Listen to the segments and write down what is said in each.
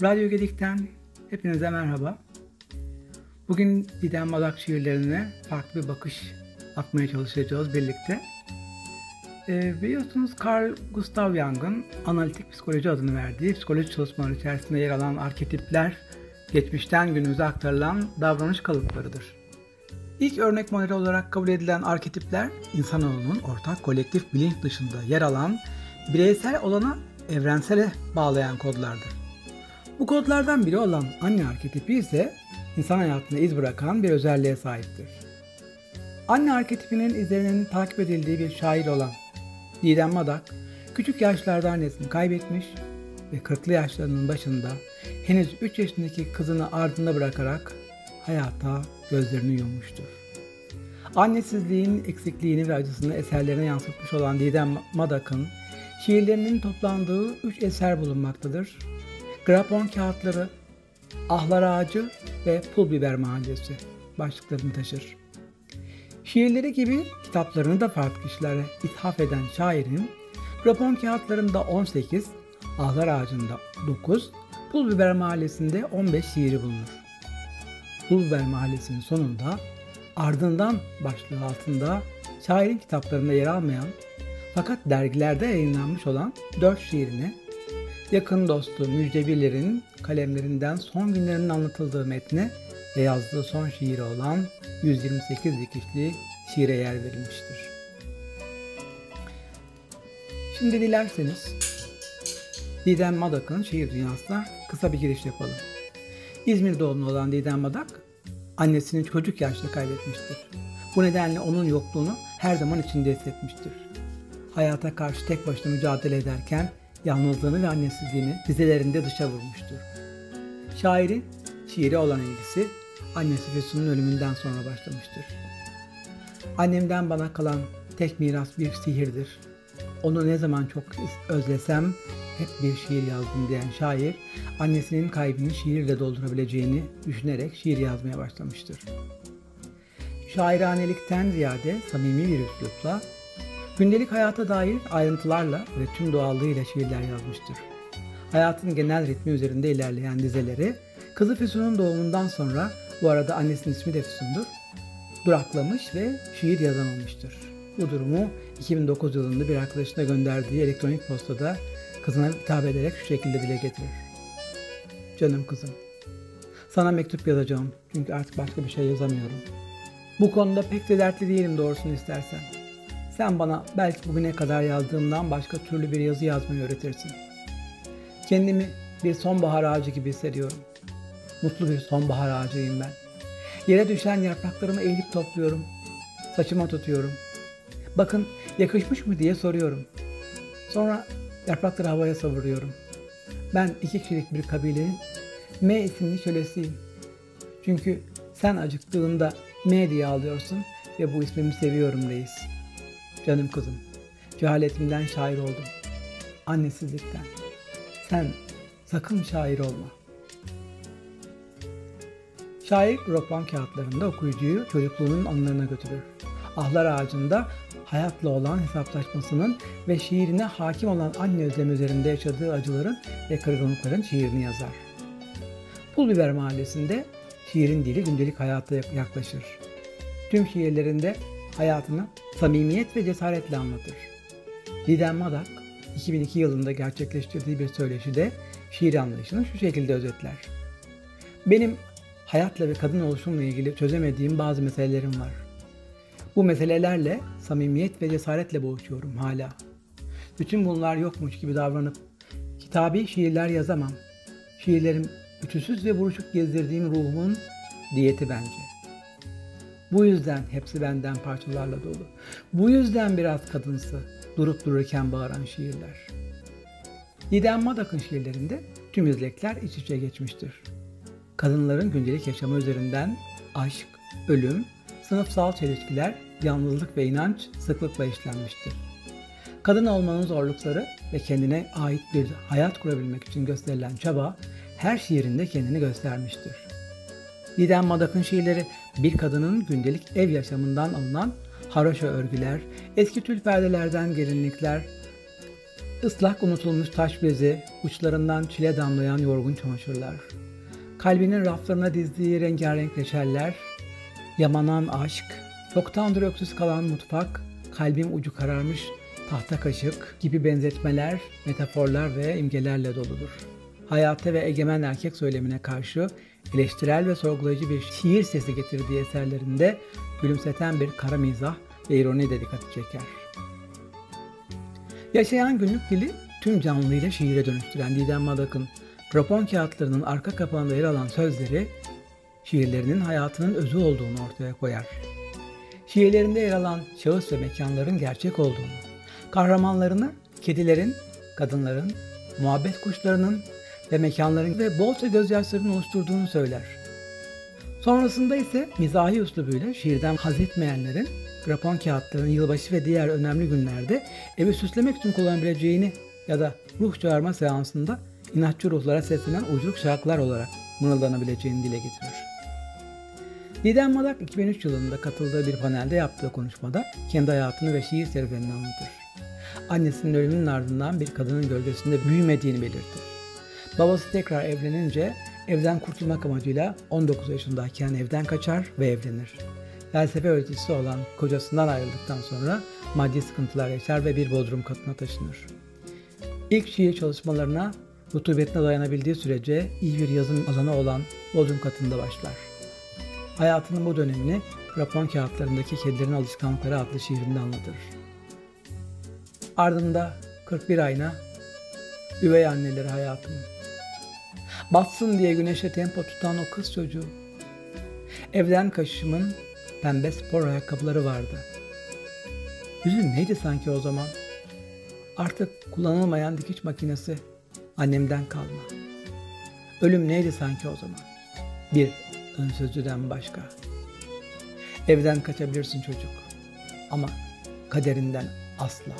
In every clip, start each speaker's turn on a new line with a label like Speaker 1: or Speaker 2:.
Speaker 1: Radyo Gedik'ten hepinize merhaba. Bugün Didem Madak şiirlerine farklı bir bakış atmaya çalışacağız birlikte. Biliyorsunuz Carl Gustav Jung'un analitik psikoloji adını verdiği psikoloji çalışmaları içerisinde yer alan arketipler geçmişten günümüze aktarılan davranış kalıplarıdır. İlk örnek modeli olarak kabul edilen arketipler insanoğlunun ortak kolektif bilinç dışında yer alan bireysel olana evrensele bağlayan kodlardır. Bu kodlardan biri olan anne arketipi ise insan hayatında iz bırakan bir özelliğe sahiptir. Anne arketipinin izlerinin takip edildiği bir şair olan Didem Madak, küçük yaşlarda annesini kaybetmiş ve 40'lı yaşlarının başında henüz 3 yaşındaki kızını ardında bırakarak hayata gözlerini yummuştur. Annesizliğin eksikliğini ve acısını eserlerine yansıtmış olan Didem Madak'ın şiirlerinin toplandığı 3 eser bulunmaktadır. Grapon Kağıtları, Ahlar Ağacı ve Pul Biber Mahallesi başlıklarını taşır. Şiirleri gibi kitaplarını da farklı kişilere ithaf eden şairin Grapon Kağıtları'nda 18, Ahlar Ağacı'nda 9, Pul Biber Mahallesi'nde 15 şiiri bulunur. Pul Biber Mahallesi'nin sonunda ardından başlığı altında şairin kitaplarında yer almayan fakat dergilerde yayınlanmış olan 4 şiirini yakın dostu Müjdebilir'in kalemlerinden son günlerinin anlatıldığı metne ve yazdığı son şiiri olan 128 dikişli şiire yer verilmiştir. Şimdi dilerseniz Didem Madak'ın şiir dünyasına kısa bir giriş yapalım. İzmir doğumlu olan Didem Madak annesini çocuk yaşta kaybetmiştir. Bu nedenle onun yokluğunu her zaman içinde hissetmiştir. Hayata karşı tek başına mücadele ederken yalnızlığını ve annesizliğini dizelerinde dışa vurmuştur. Şairin şiire olan ilgisi annesi Füsun'un ölümünden sonra başlamıştır. Annemden bana kalan tek miras bir sihirdir. Onu ne zaman çok özlesem hep bir şiir yazdım diyen şair, annesinin kaybını şiirle doldurabileceğini düşünerek şiir yazmaya başlamıştır. Şairanelikten ziyade samimi bir üslupla, gündelik hayata dair ayrıntılarla ve tüm doğallığıyla şiirler yazmıştır. Hayatın genel ritmi üzerinde ilerleyen dizeleri, kızı Füsun'un doğumundan sonra, bu arada annesinin ismi de Füsun'dur, duraklamış ve şiir yazamamıştır. Bu durumu 2009 yılında bir arkadaşına gönderdiği elektronik postada kızına hitap ederek şu şekilde dile getirir. Canım kızım, sana mektup yazacağım çünkü artık başka bir şey yazamıyorum. Bu konuda pek de dertli değilim doğrusunu istersen. Sen bana belki bugüne kadar yazdığımdan başka türlü bir yazı yazmayı öğretirsin. Kendimi bir sonbahar ağacı gibi hissediyorum. Mutlu bir sonbahar ağacıyım ben. Yere düşen yapraklarımı eğilip topluyorum. Saçıma tutuyorum. Bakın yakışmış mı diye soruyorum. Sonra yaprakları havaya savuruyorum. Ben 2 kişilik bir kabilenin M isimli kölesiyim. Çünkü sen acıktığında M diye ağlıyorsun ve bu ismimi seviyorum reis. Canım kızım, cehaletimden şair oldum. Annesizlikten. Sen sakın şair olma. Şair Grapon Kağıtları'nda okuyucuyu çocukluğunun anılarına götürür. Ahlar Ağacı'nda hayatla olan hesaplaşmasının ve şiirine hakim olan anne özlemi üzerinde yaşadığı acıların ve kırgınlıkların şiirini yazar. Pul Biber Mahallesi'nde şiirin dili gündelik hayata yaklaşır. Tüm şiirlerinde hayatını samimiyet ve cesaretle anlatır. Didem Madak, 2002 yılında gerçekleştirdiği bir söyleşide şiir anlayışını şu şekilde özetler. Benim hayatla ve kadın oluşumla ilgili çözemediğim bazı meselelerim var. Bu meselelerle samimiyet ve cesaretle boğuşuyorum hala. Bütün bunlar yokmuş gibi davranıp kitabi şiirler yazamam. Şiirlerim ütüsüz ve buruşuk gezdirdiğim ruhumun diyeti bence. Bu yüzden hepsi benden parçalarla dolu. Bu yüzden biraz kadınsı, durup dururken bağıran şiirler. Didem Madak'ın şiirlerinde tüm izlekler iç içe geçmiştir. Kadınların gündelik yaşamı üzerinden aşk, ölüm, sınıfsal çelişkiler, yalnızlık ve inanç sıklıkla işlenmiştir. Kadın olmanın zorlukları ve kendine ait bir hayat kurabilmek için gösterilen çaba her şiirinde kendini göstermiştir. Didem Madak'ın şiirleri bir kadının gündelik ev yaşamından alınan haroşa örgüler, eski tül perdelerden gelinlikler, Islak unutulmuş taş bezi, uçlarından çile damlayan yorgun çamaşırlar, kalbinin raflarına dizdiği rengarenk reçeller, yamanan aşk, çoktandır öksüz kalan mutfak, kalbim ucu kararmış tahta kaşık gibi benzetmeler, metaforlar ve imgelerle doludur. Hayata ve egemen erkek söylemine karşı eleştirel ve sorgulayıcı bir şiir sesi getirdiği eserlerinde gülümseten bir kara mizah ve ironi de dikkat çeker. Yaşayan günlük dili tüm canlılığıyla şiire dönüştüren Didem Madak'ın rapon kağıtlarının arka kapağında yer alan sözleri, şiirlerinin hayatının özü olduğunu ortaya koyar. Şiirlerinde yer alan şahıs ve mekanların gerçek olduğunu, kahramanlarını kedilerin, kadınların, muhabbet kuşlarının ve mekanların ve bolca gözyaşlarının oluşturduğunu söyler. Sonrasında ise mizahi üslubuyla şiirden haz etmeyenlerin rapon kağıtlarının yılbaşı ve diğer önemli günlerde evi süslemek için kullanabileceğini ya da ruh çağırma seansında inatçı ruhlara seslenen uyduruk şarkılar olarak mırıldanabileceğini dile getirir. Didem Madak 2003 yılında katıldığı bir panelde yaptığı konuşmada kendi hayatını ve şiir serüvenini anlatır. Annesinin ölümünün ardından bir kadının gölgesinde büyümediğini belirtir. Babası tekrar evlenince evden kurtulmak amacıyla 19 yaşındayken evden kaçar ve evlenir. Felsefe öğreticisi olan kocasından ayrıldıktan sonra maddi sıkıntılar yaşar ve bir bodrum katına taşınır. İlk şiir çalışmalarına rutubetine dayanabildiği sürece iyi bir yazım alanı olan bodrum katında başlar. Hayatının bu dönemini rapon kağıtlarındaki Kedilerin Alışkanlıkları adlı şiirinde anlatır. Ardında 41 ayna, üvey anneleri hayatımın. Batsın diye güneşe tempo tutan o kız çocuğu. Evden kaçışımın pembe spor ayakkabıları vardı. Yüzüm neydi sanki o zaman? Artık kullanılmayan dikiş makinesi annemden kalma. Ölüm neydi sanki o zaman? Bir ön sözcüden başka. Evden kaçabilirsin çocuk ama kaderinden asla.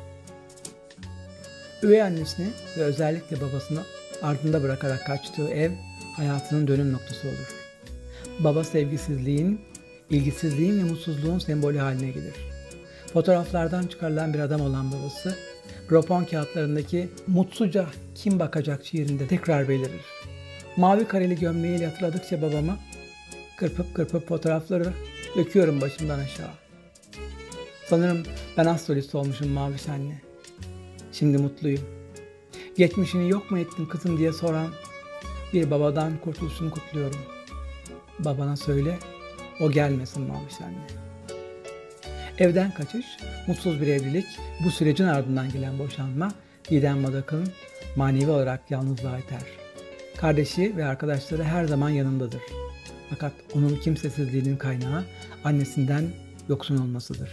Speaker 1: Üvey annesini ve özellikle babasını ardında bırakarak kaçtığı ev hayatının dönüm noktası olur. Baba sevgisizliğin, ilgisizliğin ve mutsuzluğun sembolü haline gelir. Fotoğraflardan çıkarılan bir adam olan babası, rapon kağıtlarındaki mutsuzca kim bakacak şiirinde tekrar belirir. Mavi kareli gömleğiyle hatırladıkça babamı, kırpıp kırpıp fotoğrafları döküyorum başımdan aşağı. Sanırım ben astrolist olmuşum Maviş anne. Şimdi mutluyum. Geçmişini yok mu ettin kızım diye soran bir babadan kurtuluşunu kutluyorum. Babana söyle, o gelmesin Maviş anne. Evden kaçış, mutsuz bir evlilik, bu sürecin ardından gelen boşanma, Didem Madak'ın manevi olarak yalnızlığa iter. Kardeşi ve arkadaşları her zaman yanındadır. Fakat onun kimsesizliğinin kaynağı annesinden yoksun olmasıdır.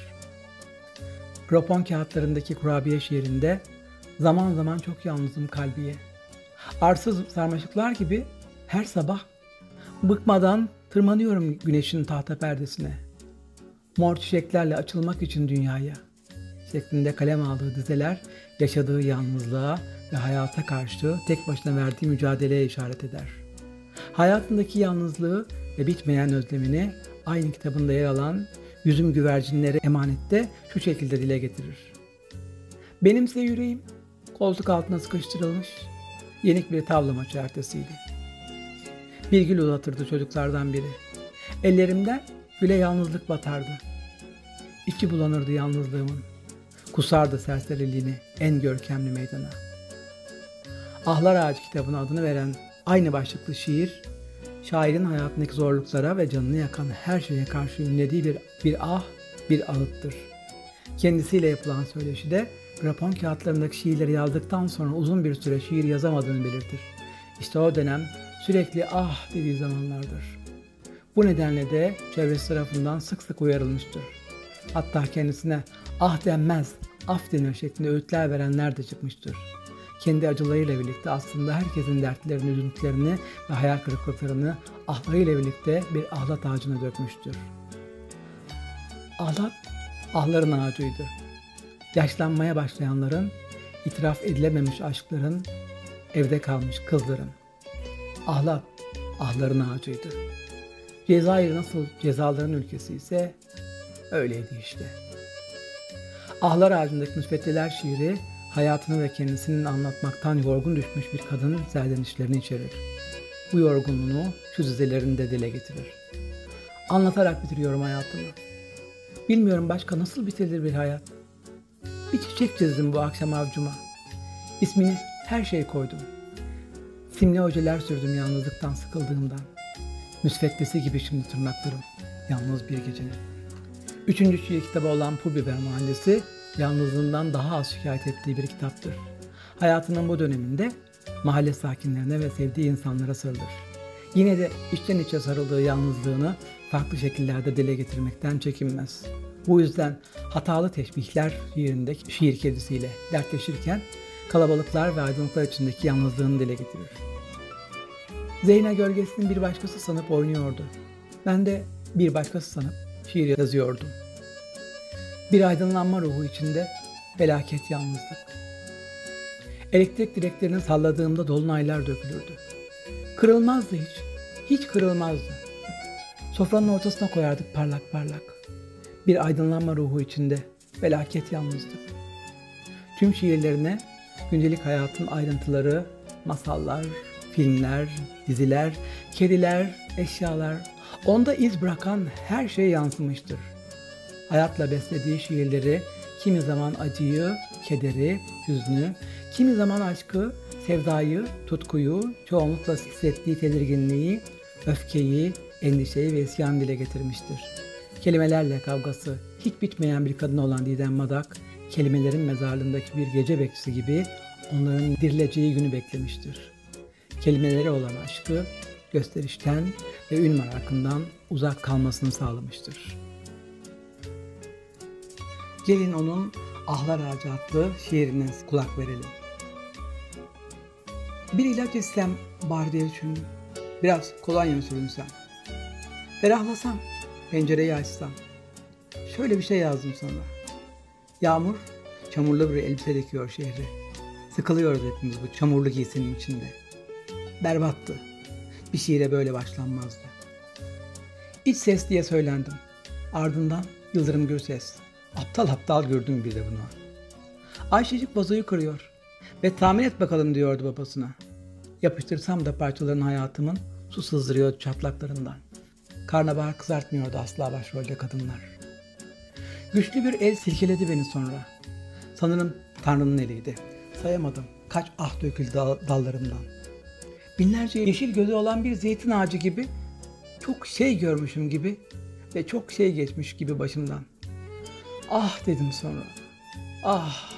Speaker 1: Rapon kağıtlarındaki kurabiye şiirinde zaman zaman çok yalnızım kalbiye. Arsız sarmaşıklar gibi her sabah bıkmadan tırmanıyorum güneşin tahta perdesine. Mor çiçeklerle açılmak için dünyaya şeklinde kalem aldığı dizeler yaşadığı yalnızlığa ve hayata karşı tek başına verdiği mücadeleye işaret eder. Hayatındaki yalnızlığı ve bitmeyen özlemini aynı kitabında yer alan Yüzüm Güvercinlere Emanet'te şu şekilde dile getirir. Benimse yüreğim koltuk altına sıkıştırılmış yenik bir tavla maçı ertesiydi. Bir gül uzatırdı çocuklardan biri. Ellerimden güle yalnızlık batardı. İçi bulanırdı yalnızlığımın. Kusardı serseriliğini en görkemli meydana. Ahlar Ağacı kitabına adını veren aynı başlıklı şiir, şairin hayatındaki zorluklara ve canını yakan her şeye karşı ünlediği bir ah, bir ağıttır. Kendisiyle yapılan söyleşide rapon kağıtlarındaki şiirleri yazdıktan sonra uzun bir süre şiir yazamadığını belirtir. İşte o dönem sürekli ah dediği zamanlardır. Bu nedenle de çevresi tarafından sık sık uyarılmıştır. Hatta kendisine ah denmez, af denir şeklinde öğütler verenler de çıkmıştır. Kendi acılarıyla birlikte aslında herkesin dertlerini, üzüntülerini ve hayal kırıklıklarını ahlarıyla birlikte bir ahlat ağacına dökmüştür. Ahlat, ahların ağacıydı. Yaşlanmaya başlayanların, itiraf edilememiş aşkların, evde kalmış kızların. Ahlat, ahların ağacıydı. Cezayir nasıl cezaların ülkesi ise öyleydi işte. Ahlar Ağacı'ndaki Müsveddeler şiiri hayatını ve kendisini anlatmaktan yorgun düşmüş bir kadının serzenişlerini içerir. Bu yorgunluğunu şu dizelerinde dile getirir. Anlatarak bitiriyorum hayatımı. Bilmiyorum başka nasıl bitirilir bir hayat. Bir çiçek çizdim bu akşam avcuma. İsmini her şey koydum. Simli ojeler sürdüm yalnızlıktan sıkıldığımdan. Müsveddesi gibi şimdi tırnaklarım, yalnız bir gecenin. 3. şiir kitabı olan Pul Biber Mahallesi, yalnızlığından daha az şikayet ettiği bir kitaptır. Hayatının bu döneminde mahalle sakinlerine ve sevdiği insanlara sarılır. Yine de içten içe sarıldığı yalnızlığını farklı şekillerde dile getirmekten çekinmez. Bu yüzden hatalı teşbihler şiirinde şiir kedisiyle dertleşirken kalabalıklar ve aydınlıklar içindeki yalnızlığını dile getirir. Zeyne gölgesini bir başkası sanıp oynuyordu. Ben de bir başkası sanıp şiir yazıyordum. Bir aydınlanma ruhu içinde felaket yalnızlık. Elektrik direklerini salladığımda dolunaylar dökülürdü. Kırılmazdı hiç, hiç kırılmazdı. Sofranın ortasına koyardık parlak parlak. Bir aydınlanma ruhu içinde felaket yalnızlık. Tüm şiirlerine gündelik hayatın ayrıntıları, masallar, filmler, diziler, kediler, eşyalar, onda iz bırakan her şey yansımıştır. Hayatla beslediği şiirleri kimi zaman acıyı, kederi, hüznü, kimi zaman aşkı, sevdayı, tutkuyu, çoğunlukla hissettiği tedirginliği, öfkeyi, endişeyi ve isyan dile getirmiştir. Kelimelerle kavgası hiç bitmeyen bir kadın olan Didem Madak, kelimelerin mezarlığındaki bir gece bekçisi gibi onların dirileceği günü beklemiştir. Kelimelere olan aşkı, gösterişten ve ün merakından uzak kalmasını sağlamıştır. Gelin onun Ahlar Ağacı adlı şiirine kulak verelim. Bir ilaç içsem bari diye düşündüm. Biraz kolonya sürünsem. Ferahlasam, pencereyi açsam. Şöyle bir şey yazdım sonra. Yağmur, çamurlu bir elbise dikiyor şehre. Sıkılıyoruz hepimiz bu çamurlu giysinin içinde. Berbattı. Bir şiire böyle başlanmazdı. İç ses diye söylendim. Ardından Yıldırım Gürses. Aptal aptal gördüm bir de bunu. Ayşecik vazoyu kırıyor. Ve tahmin et bakalım diyordu babasına. Yapıştırsam da parçaların hayatımın su sızdırıyordu çatlaklarından. Karnabahar kızartmıyordu asla başrolde kadınlar. Güçlü bir el silkeledi beni sonra. Sanırım Tanrı'nın eliydi. Sayamadım kaç ah döküldü dallarımdan. Binlerce yeşil gözü olan bir zeytin ağacı gibi, çok şey görmüşüm gibi ve çok şey geçmiş gibi başımdan. Ah dedim sonra. Ah.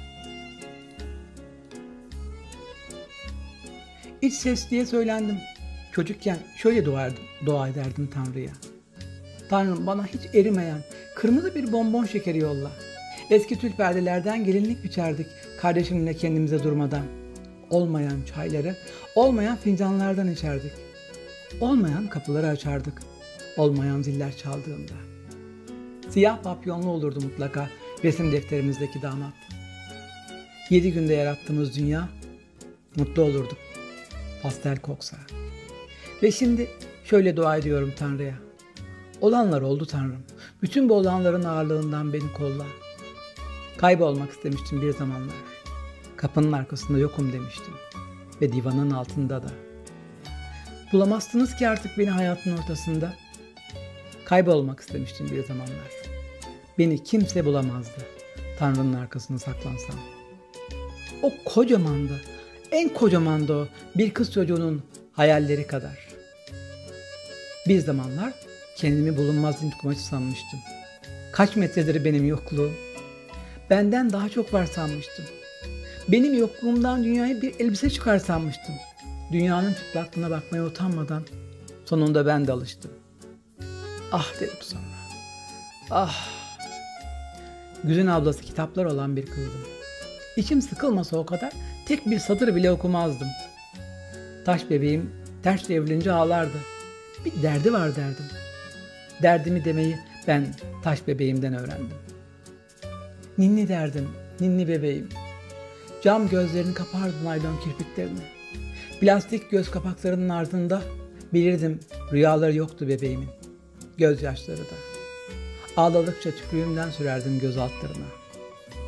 Speaker 1: İç ses diye söylendim. Çocukken şöyle dua ederdim Tanrı'ya. Tanrım bana hiç erimeyen kırmızı bir bonbon şekeri yolla. Eski tül perdelerden gelinlik biçerdik kardeşimle kendimize durmadan. Olmayan çayları, olmayan fincanlardan içerdik. Olmayan kapıları açardık. Olmayan ziller çaldığında. Siyah papyonlu olurdu mutlaka resim defterimizdeki damat. 7 günde yarattığımız dünya, mutlu olurduk. Pastel koksa. Ve şimdi şöyle dua ediyorum Tanrı'ya. Olanlar oldu Tanrım. Bütün bu olanların ağırlığından beni kolla. Kaybolmak istemiştim bir zamanlar. Kapının arkasında yokum demiştim. Ve divanın altında da. Bulamazsınız ki artık beni hayatın ortasında. Kaybolmak istemiştim bir zamanlar. Beni kimse bulamazdı. Tanrı'nın arkasına saklansam. O kocamandı. En kocamandı o. Bir kız çocuğunun hayalleri kadar. Bir zamanlar kendimi bulunmaz intikmaçı sanmıştım. Kaç metredir benim yokluğum. Benden daha çok var sanmıştım. Benim yokluğumdan dünyaya bir elbise çıkar sanmıştım. Dünyanın çıplaklığına bakmaya utanmadan sonunda ben de alıştım. Ah dedim sonra. Ah. Güzin ablası kitaplar olan bir kızdım. İçim sıkılmasa o kadar tek bir satır bile okumazdım. Taş bebeğim ters çevrilince ağlardı. Bir derdi var derdim. Derdimi demeyi ben taş bebeğimden öğrendim. Ninni derdim, ninni bebeğim. Cam gözlerini kapardı naylon kirpiklerini. Plastik göz kapaklarının ardında bilirdim rüyaları yoktu bebeğimin. Gözyaşları da. Ağladıkça tükrüğümden sürerdim göz altlarına. O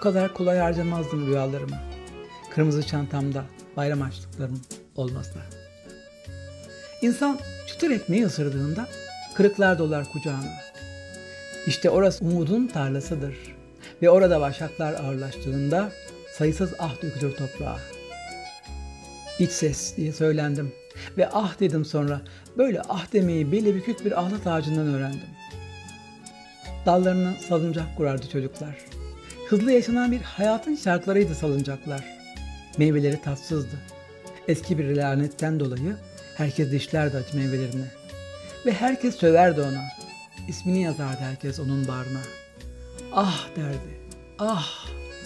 Speaker 1: kadar kolay harcamazdım rüyalarımı. Kırmızı çantamda bayram harçlıklarım olmasa. İnsan çıtır ekmeği ısırdığında kırıklar dolar kucağına. İşte orası umudun tarlasıdır. Ve orada başaklar ağırlaştığında sayısız ah dökülür toprağa. İç ses diye söylendim. Ve ah dedim sonra. Böyle ah demeyi beli bükük bir ahlat ağacından öğrendim. Dallarına salıncak kurardı çocuklar. Hızlı yaşanan bir hayatın şarkılarıydı salıncaklar. Meyveleri tatsızdı. Eski bir lanetten dolayı herkes dişlerdi acı meyvelerini. Ve herkes söverdi ona. İsmini yazardı herkes onun bağrına. Ah derdi. Ah.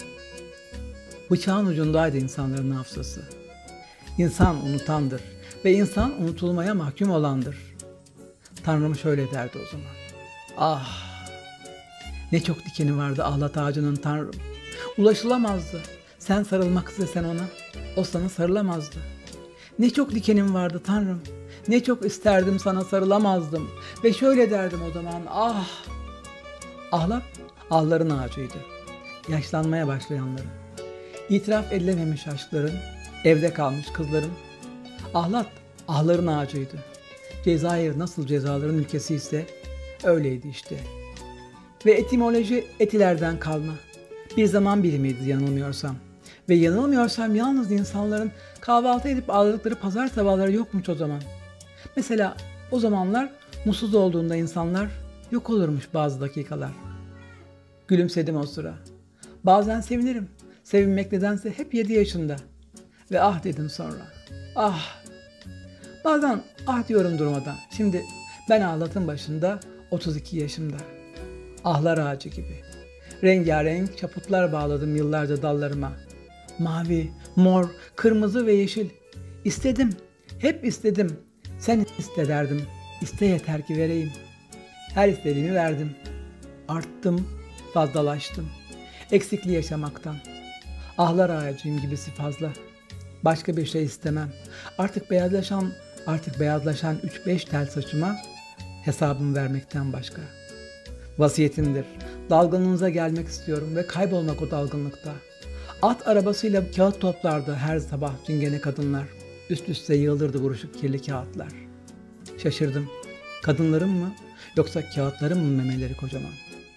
Speaker 1: Bıçağın ucundaydı insanların hafızası. İnsan unutandır ve insan unutulmaya mahkum olandır. Tanrım şöyle derdi o zaman. Ah. Ne çok dikeni vardı ahlat ağacının Tanrım. Ulaşılamazdı. Sen sarılmak istesen ona, o sana sarılamazdı. Ne çok dikenim vardı Tanrım. Ne çok isterdim sana sarılamazdım. Ve şöyle derdim o zaman, ah. Ahlat, ahların ağacıydı. Yaşlanmaya başlayanların. İtiraf edilememiş aşkların, evde kalmış kızların. Ahlat, ahların ağacıydı. Cezayir nasıl cezaların ülkesi ise öyleydi işte. Ve etimoloji etilerden kalma. Bir zaman birimiydi yanılmıyorsam. Ve yanılmıyorsam yalnız insanların kahvaltı edip ağladıkları pazar sabahları yokmuş o zaman. Mesela o zamanlar mutsuz olduğunda insanlar yok olurmuş bazı dakikalar. Gülümsedim o sıra. Bazen sevinirim. Sevinmek nedense hep 7 yaşında. Ve ah dedim sonra. Ah. Bazen ah diyorum durmadan. Şimdi ben ahlatın başında 32 yaşımda. Ahlar ağacı gibi. Rengarenk çaputlar bağladım yıllarca dallarıma. Mavi, mor, kırmızı ve yeşil. İstedim, hep istedim. Sen iste derdim. İste yeter ki vereyim. Her istediğimi verdim. Arttım, fazlalaştım. Eksikliği yaşamaktan. Ahlar ağacıyım gibisi fazla. Başka bir şey istemem. Artık beyazlaşan 3-5 tel saçıma hesabımı vermekten başka. Vasiyetimdir. Dalgınlığınıza gelmek istiyorum ve kaybolmak o dalgınlıkta. At arabasıyla kağıt toplardı her sabah cingene kadınlar. Üst üste yığılırdı buruşuk kirli kağıtlar. Şaşırdım. Kadınların mı yoksa kağıtların mı memeleri kocaman?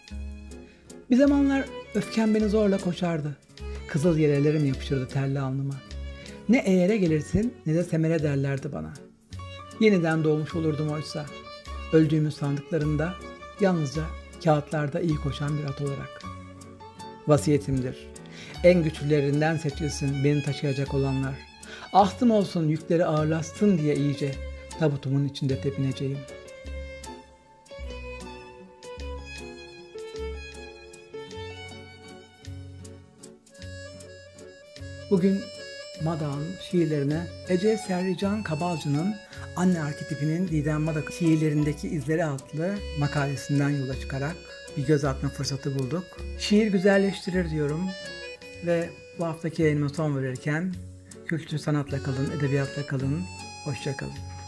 Speaker 1: Bir zamanlar öfkem beni zorla koşardı. Kızıl yelelerim yapışırdı terli alnıma. Ne eğere gelirsin ne de semere derlerdi bana. Yeniden doğmuş olurdum oysa. Öldüğümü sandıklarında yalnızca kağıtlarda iyi koşan bir at olarak. Vasiyetimdir. En güçlülerinden seçilsin beni taşıyacak olanlar. Ahtım olsun yükleri ağırlasın diye iyice tabutumun içinde tepineceğim. Bugün Madak'ın şiirlerine Ece Serrican Kabalcı'nın Anne Arketipinin Didem Madak şiirlerindeki izleri adlı makalesinden yola çıkarak bir göz atma fırsatı bulduk. Şiir güzelleştirir diyorum ve bu haftaki yayınıma son verirken kültür sanatla kalın, edebiyatla kalın, hoşça kalın.